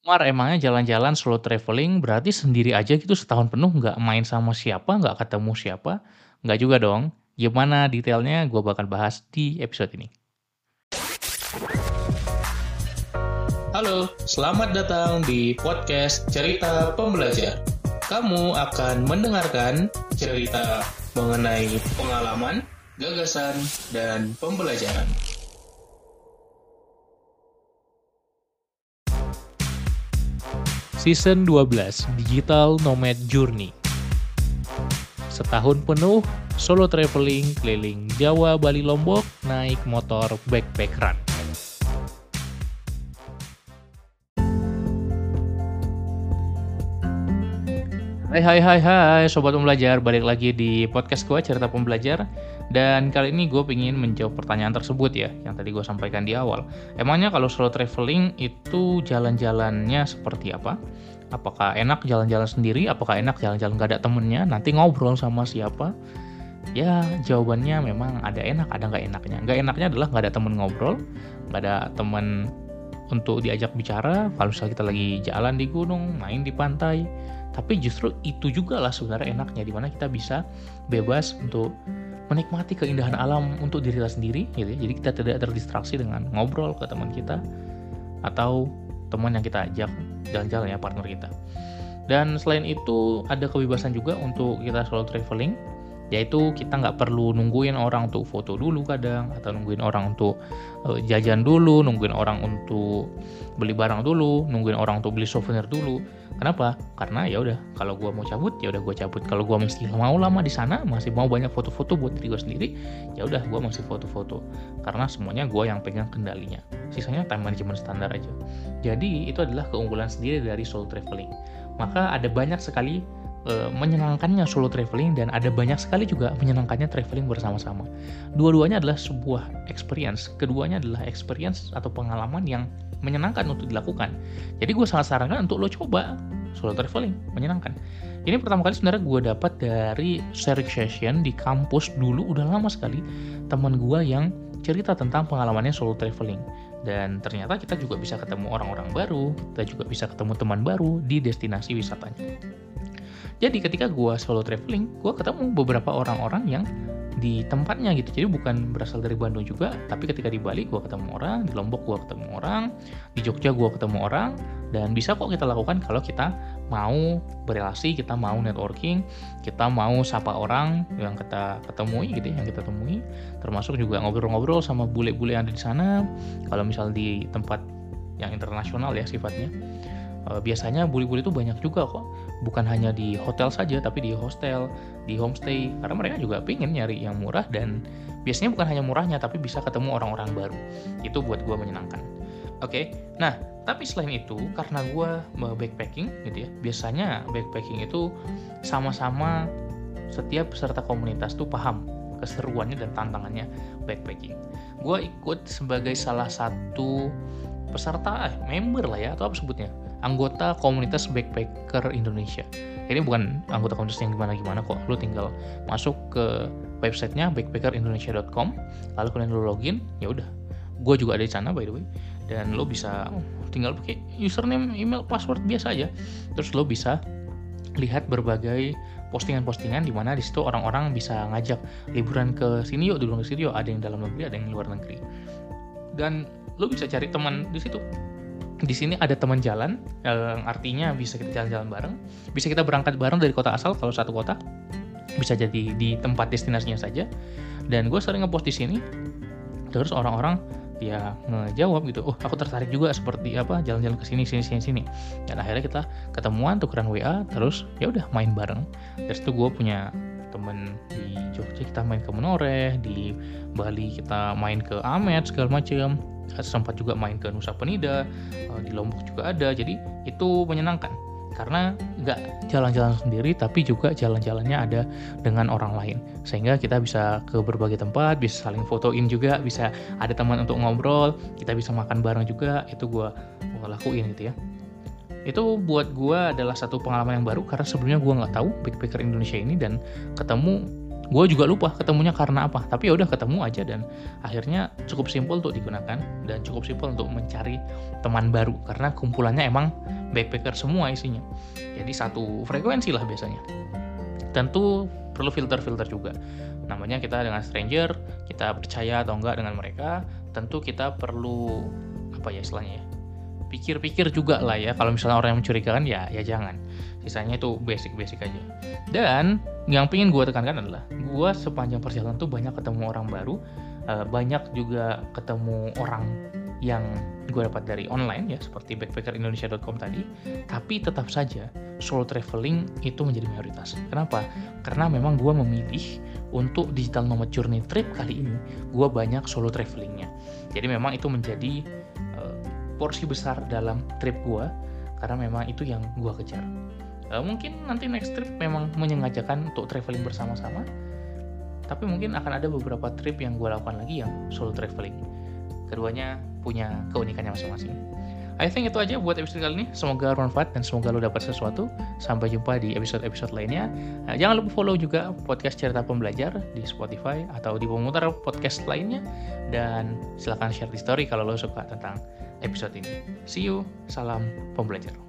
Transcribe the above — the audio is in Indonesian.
Mar, emangnya jalan-jalan solo traveling berarti sendiri aja gitu setahun penuh nggak main sama siapa, nggak ketemu siapa? Nggak juga dong. Gimana detailnya gue bakal bahas di episode ini. Halo, selamat datang di podcast Cerita Pembelajar. Kamu akan mendengarkan cerita mengenai pengalaman, gagasan, dan pembelajaran. Season 12, Digital Nomad Journey. Setahun penuh, solo traveling keliling Jawa, Bali, Lombok, naik motor backpack run. Hai, Sobat Pembelajar, balik lagi di podcast gue, Cerita Pembelajar. Dan kali ini gue pengen menjawab pertanyaan tersebut ya, yang tadi gue sampaikan di awal. Emangnya kalau solo traveling itu jalan-jalannya seperti apa? Apakah enak jalan-jalan sendiri? Apakah enak jalan-jalan gak ada temennya? Nanti ngobrol sama siapa? Ya, jawabannya memang ada enak, ada nggak enaknya. Nggak enaknya adalah nggak ada temen ngobrol, nggak ada temen untuk diajak bicara. Kalau misalnya kita lagi jalan di gunung, main di pantai, tapi justru itu juga lah sebenarnya enaknya, dimana kita bisa bebas untuk menikmati keindahan alam untuk diri kita sendiri gitu ya. Jadi kita tidak terdistraksi dengan ngobrol ke teman kita atau teman yang kita ajak jalan-jalan ya, partner kita. Dan selain itu ada kebebasan juga untuk kita solo traveling, yaitu kita nggak perlu nungguin orang untuk foto dulu kadang, atau nungguin orang untuk jajan dulu, nungguin orang untuk beli barang dulu, nungguin orang untuk beli souvenir dulu. Kenapa? Karena ya udah, kalau gua mau cabut ya udah gua cabut. Kalau gua masih mau lama di sana, masih mau banyak foto-foto buat diri gua sendiri, ya udah gua masih foto-foto. Karena semuanya gua yang pegang kendalinya. Sisanya time management standar aja. Jadi itu adalah keunggulan sendiri dari solo traveling. Maka ada banyak sekali menyenangkannya solo traveling dan ada banyak sekali juga menyenangkannya traveling bersama-sama. Dua-duanya adalah sebuah experience. Keduanya adalah experience atau pengalaman yang menyenangkan untuk dilakukan. Jadi gue sangat sarankan untuk lo coba solo traveling, menyenangkan. Ini pertama kali sebenarnya gue dapat dari sharing session di kampus dulu, udah lama sekali, teman gue yang cerita tentang pengalamannya solo traveling. Dan ternyata kita juga bisa ketemu orang-orang baru, kita juga bisa ketemu teman baru di destinasi wisatanya. Jadi ketika gue solo traveling, gue ketemu beberapa orang-orang yang di tempatnya gitu. Jadi bukan berasal dari Bandung juga, tapi ketika di Bali gue ketemu orang, di Lombok gue ketemu orang, di Jogja gue ketemu orang, dan bisa kok kita lakukan kalau kita mau berelasi, kita mau networking, kita mau sapa orang yang kita ketemui gitu, yang kita temui, termasuk juga ngobrol-ngobrol sama bule-bule yang ada di sana. Kalau misal di tempat yang internasional ya sifatnya, biasanya bule-bule itu banyak juga kok, bukan hanya di hotel saja tapi di hostel, di homestay, karena mereka juga pengen nyari yang murah dan biasanya bukan hanya murahnya tapi bisa ketemu orang-orang baru. Itu buat gue menyenangkan. Oke, nah tapi selain itu karena gue backpacking gitu ya, biasanya backpacking itu sama-sama setiap peserta komunitas tuh paham keseruannya dan tantangannya backpacking. Gue ikut sebagai salah satu peserta, member lah ya, atau apa sebutnya, anggota komunitas backpacker Indonesia. Ini bukan anggota komunitas yang gimana-gimana kok. Lu tinggal masuk ke websitenya backpackerindonesia.com, lalu kalian lu login, ya udah. Gue juga ada di sana by the way. Dan lo bisa tinggal pakai username, email, password biasa aja. Terus lo bisa lihat berbagai postingan-postingan di mana di situ orang-orang bisa ngajak liburan ke sini yuk, dulu ke sini yuk. Ada yang dalam negeri, ada yang luar negeri. Dan lo bisa cari teman di situ. Di sini ada teman jalan, yang artinya bisa kita jalan-jalan bareng, bisa kita berangkat bareng dari kota asal kalau satu kota, bisa jadi di tempat destinasinya saja. Dan gue sering ngepost di sini, terus orang-orang ya ngejawab gitu, oh aku tertarik juga seperti apa jalan-jalan ke sini. Dan akhirnya kita ketemuan, tukeran WA, terus ya udah main bareng. Terus itu gue punya temen di Jogja, kita main ke Menoreh, di Bali kita main ke Amet segala macam. Sempat juga main ke Nusa Penida, di Lombok juga ada. Jadi itu menyenangkan karena nggak jalan-jalan sendiri tapi juga jalan-jalannya ada dengan orang lain, sehingga kita bisa ke berbagai tempat, bisa saling fotoin juga, bisa ada teman untuk ngobrol, kita bisa makan bareng juga. Itu gue lakuin gitu ya. Itu buat gue adalah satu pengalaman yang baru karena sebelumnya gue nggak tahu backpacker Indonesia ini, dan ketemu. Gue juga lupa ketemunya karena apa, tapi ya udah ketemu aja dan akhirnya cukup simpel untuk digunakan dan cukup simpel untuk mencari teman baru karena kumpulannya emang backpacker semua isinya. Jadi satu frekuensi lah biasanya. Tentu perlu filter-filter juga. Namanya kita dengan stranger, kita percaya atau enggak dengan mereka, tentu kita perlu istilahnya ya, pikir-pikir juga lah ya. Kalau misalnya orang yang mencurigakan ya jangan. Sisanya itu basic-basic aja. Dan yang pengen gue tekankan adalah gue sepanjang perjalanan tuh banyak ketemu orang baru, banyak juga ketemu orang yang gue dapat dari online ya, seperti backpackerindonesia.com tadi. Tapi tetap saja solo traveling itu menjadi mayoritas. Kenapa? Karena memang gue memilih untuk digital nomad journey trip kali ini gue banyak solo travelingnya. Jadi memang itu menjadi porsi besar dalam trip gue, karena memang itu yang gue kejar. Mungkin nanti next trip memang menyengajakan untuk traveling bersama-sama, tapi mungkin akan ada beberapa trip yang gue lakukan lagi yang solo traveling. Keduanya punya keunikannya masing-masing. I think itu aja buat episode kali ini. Semoga bermanfaat dan semoga lo dapat sesuatu. Sampai jumpa di episode-episode lainnya. Jangan lupa follow juga podcast Cerita Pembelajar di Spotify atau di pemutar podcast lainnya. Dan silakan share di story kalau lo suka tentang episode ini. See you, salam pembelajar.